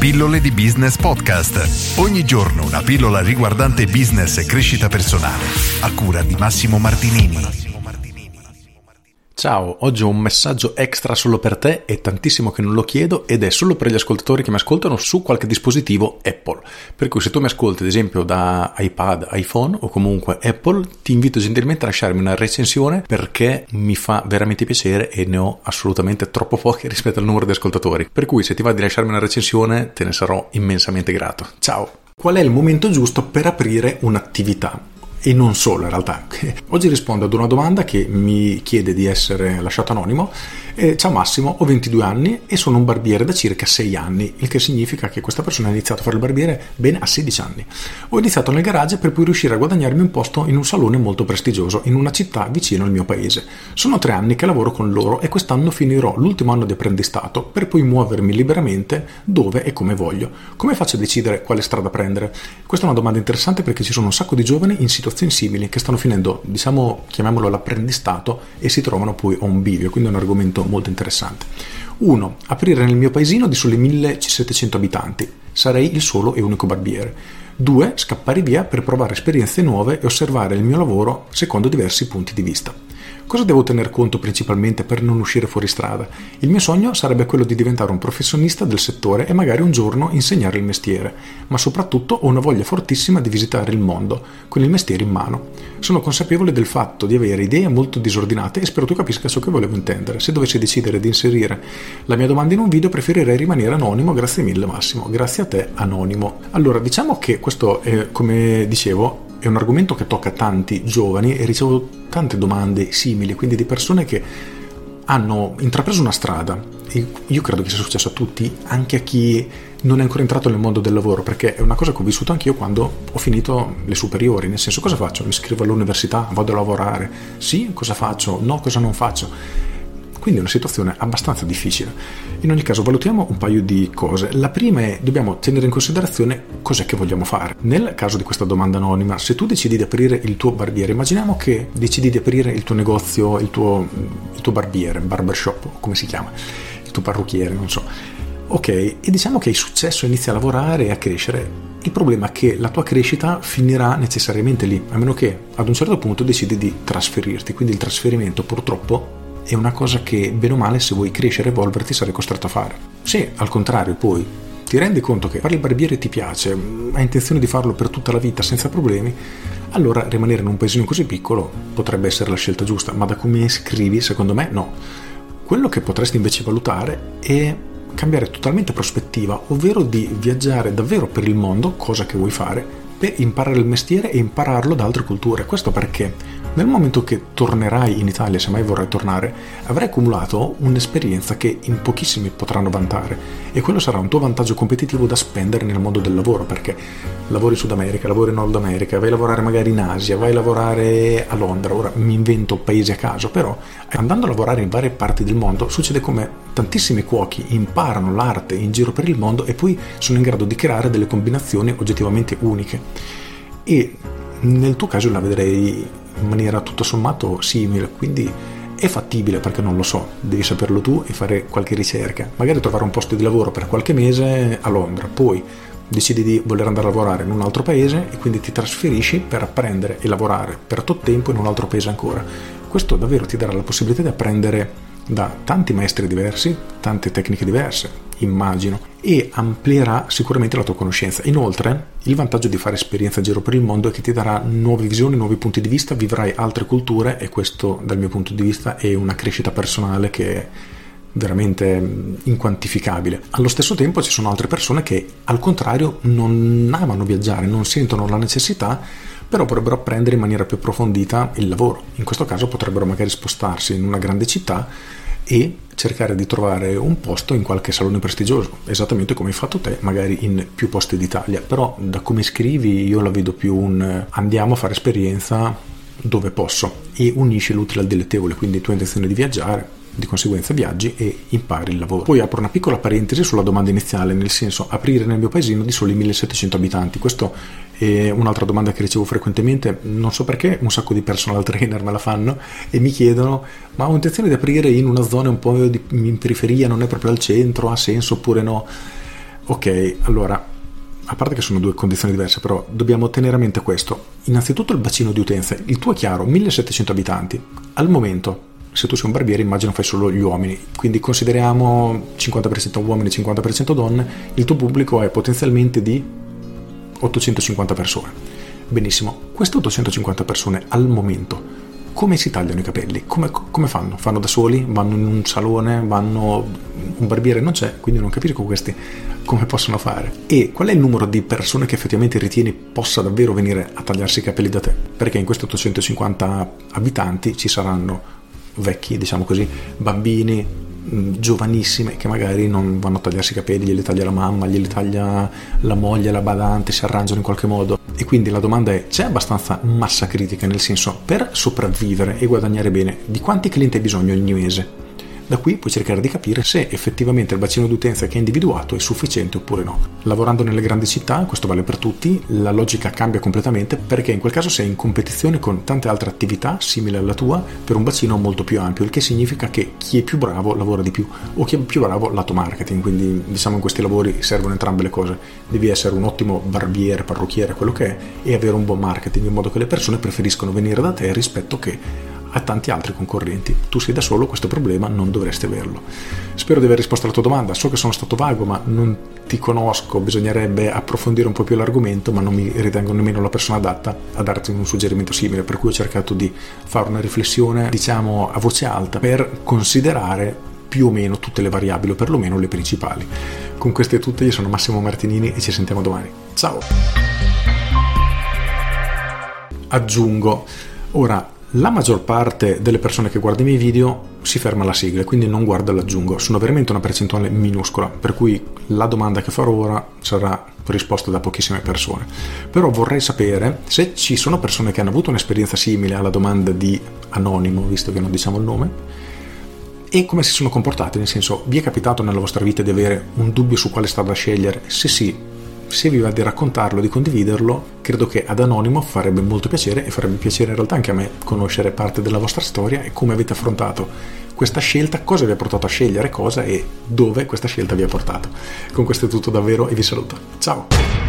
Pillole di Business Podcast. Ogni giorno una pillola riguardante business e crescita personale. A cura di Massimo Martinini. Ciao, oggi ho un messaggio extra solo per te, è tantissimo che non lo chiedo ed è solo per gli ascoltatori che mi ascoltano su qualche dispositivo Apple. Per cui se tu mi ascolti ad esempio da iPad, iPhone o comunque Apple, ti invito gentilmente a lasciarmi una recensione perché mi fa veramente piacere e ne ho assolutamente troppo poche rispetto al numero di ascoltatori. Per cui se ti va di lasciarmi una recensione te ne sarò immensamente grato. Ciao! Qual è il momento giusto per aprire un'attività? E non solo in realtà. Oggi rispondo ad una domanda che mi chiede di essere lasciato anonimo. Ciao Massimo, ho 22 anni e sono un barbiere da circa 6 anni, il che significa che questa persona ha iniziato a fare il barbiere bene a 16 anni. Ho iniziato nel garage per poi riuscire a guadagnarmi un posto in un salone molto prestigioso in una città vicino al mio paese. Sono 3 anni che lavoro con loro e quest'anno finirò l'ultimo anno di apprendistato per poi muovermi liberamente dove e come voglio. Come faccio a decidere quale strada prendere? Questa è una domanda interessante perché ci sono un sacco di giovani in situazioni simili che stanno finendo, chiamiamolo l'apprendistato e si trovano poi a un bivio, quindi è un argomento molto interessante. 1. Aprire nel mio paesino di soli 1700 abitanti. Sarei il solo e unico barbiere. 2. Scappare via per provare esperienze nuove e osservare il mio lavoro secondo diversi punti di vista. Cosa devo tener conto principalmente per non uscire fuori strada? Il mio sogno sarebbe quello di diventare un professionista del settore e magari un giorno insegnare il mestiere, ma soprattutto ho una voglia fortissima di visitare il mondo con il mestiere in mano. Sono consapevole del fatto di avere idee molto disordinate e spero tu capisca ciò che volevo intendere. Se dovessi decidere di inserire la mia domanda in un video preferirei rimanere anonimo. Grazie mille Massimo. Grazie a te anonimo. Allora, diciamo che questo è, come dicevo, è un argomento che tocca tanti giovani e ricevo tante domande simili, quindi di persone che hanno intrapreso una strada. E io credo che sia successo a tutti, anche a chi non è ancora entrato nel mondo del lavoro, perché è una cosa che ho vissuto anch'io quando ho finito le superiori, nel senso, cosa faccio? Mi iscrivo all'università, vado a lavorare? Sì, cosa faccio? No, cosa non faccio? Quindi è una situazione abbastanza difficile. In ogni caso valutiamo un paio di cose. La prima è, dobbiamo tenere in considerazione cos'è che vogliamo fare. Nel caso di questa domanda anonima, se tu decidi di aprire il tuo barbiere, immaginiamo che decidi di aprire il tuo negozio, il tuo barbiere, barbershop, come si chiama, il tuo parrucchiere, non so. Ok, e diciamo che hai successo, inizi a lavorare e a crescere. Il problema è che la tua crescita finirà necessariamente lì, a meno che ad un certo punto decidi di trasferirti. Quindi il trasferimento purtroppo è una cosa che bene o male, se vuoi crescere e evolverti, sarai costretto a fare. Se al contrario poi ti rendi conto che fare il barbiere ti piace, hai intenzione di farlo per tutta la vita senza problemi, allora rimanere in un paesino così piccolo potrebbe essere la scelta giusta, ma da come scrivi secondo me no. Quello che potresti invece valutare è cambiare totalmente prospettiva, ovvero di viaggiare davvero per il mondo, cosa che vuoi fare, per imparare il mestiere e impararlo da altre culture. Questo perché nel momento che tornerai in Italia, se mai vorrai tornare, avrai accumulato un'esperienza che in pochissimi potranno vantare e quello sarà un tuo vantaggio competitivo da spendere nel mondo del lavoro, perché lavori in Sud America, lavori in Nord America, vai a lavorare magari in Asia, vai a lavorare a Londra, ora mi invento paesi a caso, però andando a lavorare in varie parti del mondo succede come tantissimi cuochi imparano l'arte in giro per il mondo e poi sono in grado di creare delle combinazioni oggettivamente uniche. E nel tuo caso la vedrei in maniera tutto sommato simile, quindi è fattibile, perché non lo so, devi saperlo tu e fare qualche ricerca, magari trovare un posto di lavoro per qualche mese a Londra, poi decidi di voler andare a lavorare in un altro paese e quindi ti trasferisci per apprendere e lavorare per tot tempo in un altro paese ancora. Questo davvero ti darà la possibilità di apprendere da tanti maestri diversi, tante tecniche diverse, immagino, e amplierà sicuramente la tua conoscenza. Inoltre, il vantaggio di fare esperienza a giro per il mondo è che ti darà nuove visioni, nuovi punti di vista, vivrai altre culture e questo, dal mio punto di vista, è una crescita personale che è veramente inquantificabile. Allo stesso tempo ci sono altre persone che al contrario non amano viaggiare, non sentono la necessità, però potrebbero apprendere in maniera più approfondita il lavoro. In questo caso potrebbero magari spostarsi in una grande città e cercare di trovare un posto in qualche salone prestigioso, esattamente come hai fatto te, magari in più posti d'Italia. Però da come scrivi io la vedo più un andiamo a fare esperienza dove posso e unisci l'utile al dilettevole, quindi tu hai intenzione di viaggiare, di conseguenza viaggi e impari il lavoro. Poi apro una piccola parentesi sulla domanda iniziale, nel senso aprire nel mio paesino di soli 1700 abitanti. Questo è un'altra domanda che ricevo frequentemente, non so perché un sacco di personal trainer me la fanno e mi chiedono: ma ho intenzione di aprire in una zona un po' in periferia, non è proprio al centro, ha senso oppure no? Ok, allora, a parte che sono due condizioni diverse, però dobbiamo tenere a mente questo. Innanzitutto il bacino di utenza. Il tuo è chiaro, 1700 abitanti. Al momento, se tu sei un barbiere, immagino fai solo gli uomini, quindi consideriamo 50% uomini, 50% donne. Il tuo pubblico è potenzialmente di 850 persone. Benissimo, queste 850 persone al momento come si tagliano i capelli? Come fanno? Fanno da soli? Vanno in un salone? Un barbiere non c'è, quindi non capisco questi come possono fare. E qual è il numero di persone che effettivamente ritieni possa davvero venire a tagliarsi i capelli da te? Perché in questi 850 abitanti ci saranno vecchi, diciamo così, bambini, giovanissime che magari non vanno a tagliarsi i capelli, glieli taglia la mamma, glieli taglia la moglie, la badante, si arrangiano in qualche modo. E quindi la domanda è: c'è abbastanza massa critica, nel senso, per sopravvivere e guadagnare bene, di quanti clienti hai bisogno ogni mese? Da qui puoi cercare di capire se effettivamente il bacino d'utenza che hai individuato è sufficiente oppure no. Lavorando nelle grandi città, questo vale per tutti, la logica cambia completamente, perché in quel caso sei in competizione con tante altre attività simili alla tua per un bacino molto più ampio, il che significa che chi è più bravo lavora di più, o chi è più bravo lato marketing. Quindi diciamo in questi lavori servono entrambe le cose. Devi essere un ottimo barbiere, parrucchiere, quello che è, e avere un buon marketing, in modo che le persone preferiscono venire da te rispetto che a tanti altri concorrenti. Tu sei da solo, questo problema non dovresti averlo. Spero di aver risposto alla tua domanda. So che sono stato vago, ma non ti conosco, bisognerebbe approfondire un po' più l'argomento, ma non mi ritengo nemmeno la persona adatta a darti un suggerimento simile, per cui ho cercato di fare una riflessione, diciamo, a voce alta, per considerare più o meno tutte le variabili, o perlomeno le principali. Con queste tutte, io sono Massimo Martinini e ci sentiamo domani. Ciao! Aggiungo, ora, la maggior parte delle persone che guarda i miei video si ferma alla sigla, quindi non guarda l'aggiungo. Sono veramente una percentuale minuscola, per cui la domanda che farò ora sarà risposta da pochissime persone. Però vorrei sapere se ci sono persone che hanno avuto un'esperienza simile alla domanda di Anonimo, visto che non diciamo il nome, e come si sono comportati, nel senso, vi è capitato nella vostra vita di avere un dubbio su quale strada scegliere? Se sì, se vi va di raccontarlo, di condividerlo, credo che ad Anonimo farebbe molto piacere, e farebbe piacere in realtà anche a me conoscere parte della vostra storia e come avete affrontato questa scelta, cosa vi ha portato a scegliere cosa e dove questa scelta vi ha portato. Con questo è tutto davvero e vi saluto. Ciao!